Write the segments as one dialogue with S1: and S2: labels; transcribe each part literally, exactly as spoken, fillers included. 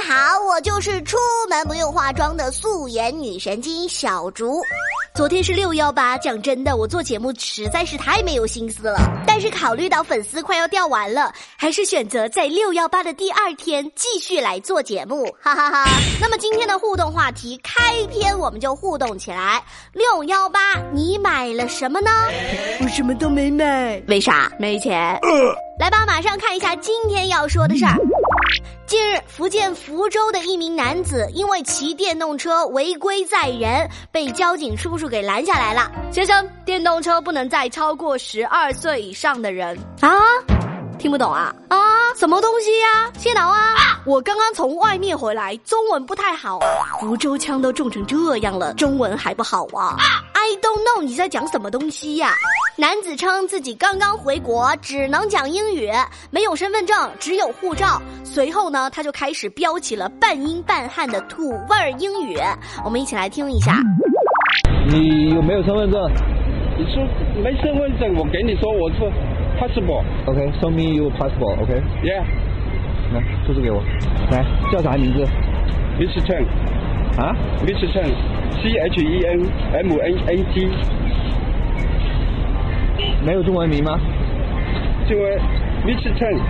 S1: 好，我就是出门不用化妆的素颜女神经小竹。昨天是六一八，讲真的，我做节目实在是太没有心思了。但是考虑到粉丝快要掉完了，还是选择在六一八的第二天继续来做节目，哈哈哈哈。那么今天的互动话题，开篇我们就互动起来。六一八，你买了什么呢？
S2: 我什么都没买。
S1: 为啥？没钱。呃、来吧，马上看一下今天要说的事儿。近日，福建福州的一名男子因为骑电动车违规载人，被交警叔叔给拦下来了。
S2: 先生，电动车不能载超过十二岁以上的人。
S1: 啊？听不懂啊？
S2: 啊？什么东西呀、啊？谢导啊！啊我刚刚从外面回来，中文不太好啊。
S1: 福州腔都重成这样了，中文还不好啊？啊
S2: I don't know 你在讲什么东西呀、啊？
S1: 男子称自己刚刚回国，只能讲英语，没有身份证，只有护照。随后呢，他就开始飙起了半英半汉的土味儿英语。我们一起来听一下。
S3: 你有没有身份证？
S4: 你说没身份证，我给你说我是 passport。OK，
S3: show me your passport。OK。Yeah。来，出示给我。来，叫啥名字
S4: ？Mister Chen。
S3: 啊
S4: ？Mister Chen。C H E N M N N G。
S3: 没有中文名吗？
S4: 中文 Mister Chen。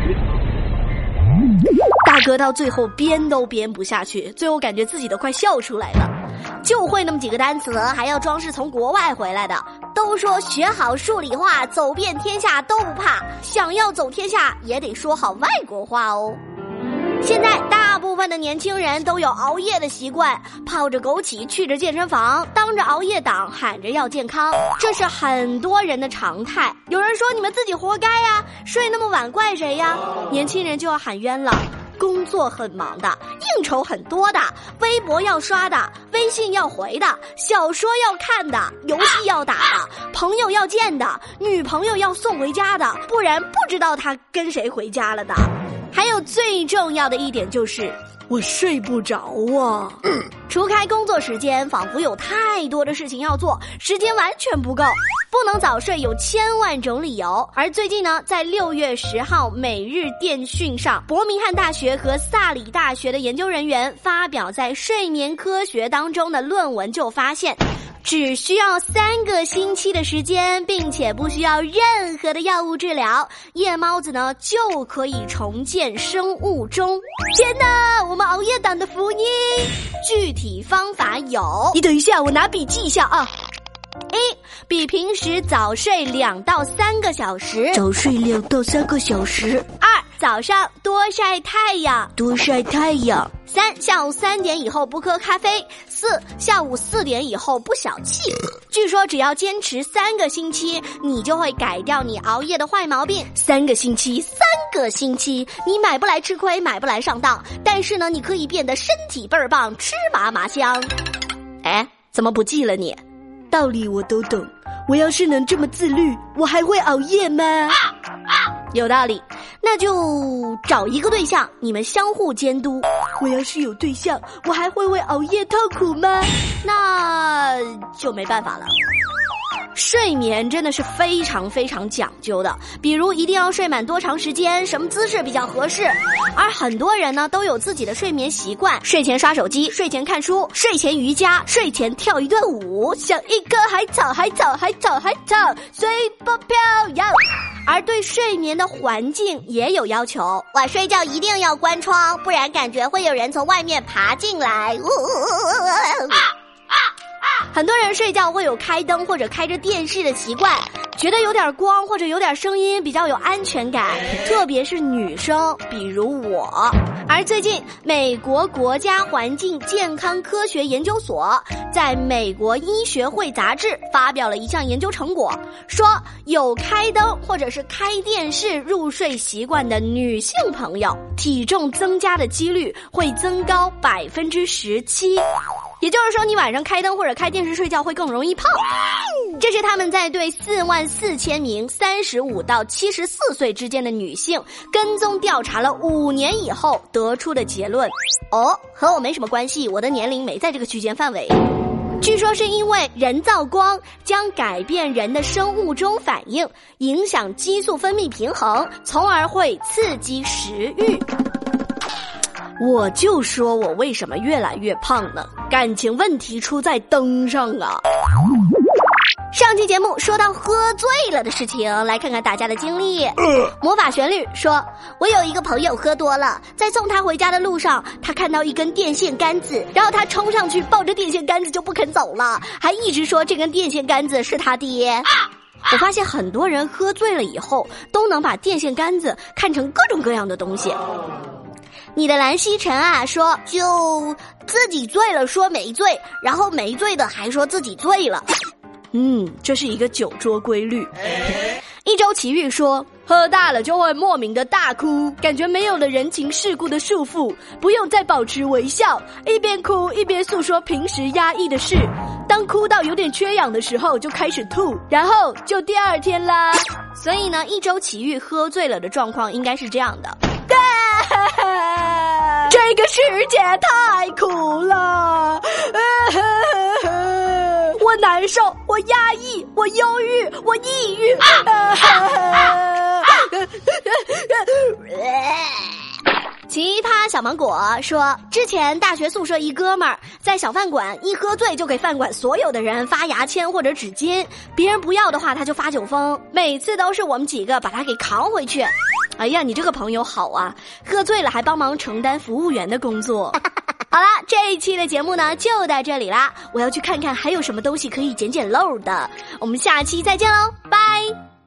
S2: 大哥到最后编都编不下去，最后感觉自己都快笑出来了。
S1: 就会那么几个单词，还要装是从国外回来的。都说学好数理化，走遍天下都不怕。想要走天下，也得说好外国话哦。现在大部分的年轻人都有熬夜的习惯，泡着枸杞，去着健身房，当着熬夜党喊着要健康，这是很多人的常态。有人说你们自己活该呀，睡那么晚怪谁呀？年轻人就要喊冤了。工作很忙的，应酬很多的，微博要刷的，微信要回的，小说要看的，游戏要打的，朋友要见的，女朋友要送回家的，不然不知道他跟谁回家了的。还有最重要的一点就是
S2: 我睡不着啊、
S1: 嗯、除开工作时间，仿佛有太多的事情要做，时间完全不够。不能早睡有千万种理由。而最近呢，在六月十号每日电讯上，伯明翰大学和萨里大学的研究人员发表在睡眠科学当中的论文就发现，只需要三个星期的时间，并且不需要任何的药物治疗，夜猫子呢就可以重建生物钟。天哪，我们熬夜党的福音！具体方法有，
S2: 你等一下，我拿笔记一下啊。
S1: 一，比平时早睡两到三个小时，
S2: 早睡两到三个小时。
S1: 二，早上多晒太阳，
S2: 多晒太阳。
S1: 三，下午三点以后不喝咖啡。四，下午四点以后不小气。据说只要坚持三个星期，你就会改掉你熬夜的坏毛病。三个星期，三个星期，你买不来吃亏，买不来上当，但是呢，你可以变得身体倍儿棒，吃嘛嘛香。哎，怎么不记了你？
S2: 道理我都懂，我要是能这么自律，我还会熬夜吗？啊
S1: 啊、有道理，那就找一个对象，你们相互监督。
S2: 我要是有对象，我还会为熬夜痛苦吗？
S1: 那就没办法了。睡眠真的是非常非常讲究的，比如一定要睡满多长时间，什么姿势比较合适。而很多人呢都有自己的睡眠习惯，睡前刷手机，睡前看书，睡前瑜伽，睡前跳一段舞，
S2: 像一棵海草海草海草海草随波飘摇。
S1: 而对睡眠的环境也有要求，晚睡觉一定要关窗，不然感觉会有人从外面爬进来。呜啊啊很多人睡觉会有开灯或者开着电视的习惯，觉得有点光或者有点声音比较有安全感，特别是女生，比如我。而最近，美国国家环境健康科学研究所在美国医学会杂志发表了一项研究成果，说有开灯或者是开电视入睡习惯的女性朋友，体重增加的几率会增高百分之十七。也就是说，你晚上开灯或者开电视睡觉会更容易胖。这是他们在对四万四千名三十五到七十四岁之间的女性跟踪调查了五年以后得出的结论。哦，和我没什么关系，我的年龄没在这个区间范围。据说是因为人造光将改变人的生物钟反应，影响激素分泌平衡，从而会刺激食欲。
S2: 我就说我为什么越来越胖呢？感情问题出在灯上啊。
S1: 上期节目说到喝醉了的事情，来看看大家的经历。魔法旋律说，我有一个朋友喝多了，在送他回家的路上，他看到一根电线杆子，然后他冲上去抱着电线杆子就不肯走了，还一直说这根电线杆子是他爹。我发现很多人喝醉了以后都能把电线杆子看成各种各样的东西。你的蓝曦臣啊说，就自己醉了说没醉，然后没醉的还说自己醉了。
S2: 嗯，这是一个酒桌规律。一周奇遇说，喝大了就会莫名的大哭，感觉没有了人情世故的束缚，不用再保持微笑，一边哭一边诉说平时压抑的事。当哭到有点缺氧的时候就开始吐，然后就第二天啦。所以呢，一周奇遇喝醉了的状况应该是这样的。这个世界太苦了，我难受，我压抑，我忧郁，我抑郁。奇葩小芒果说，之前大学宿舍一哥们儿在小饭馆一喝醉就给饭馆所有的人发牙签或者纸巾，别人不要的话他就发酒疯，每次都是我们几个把他给扛回去。哎呀，你这个朋友好啊，喝醉了还帮忙承担服务员的工作。好啦，这一期的节目呢就到这里啦，我要去看看还有什么东西可以捡捡漏的，我们下期再见喽，拜。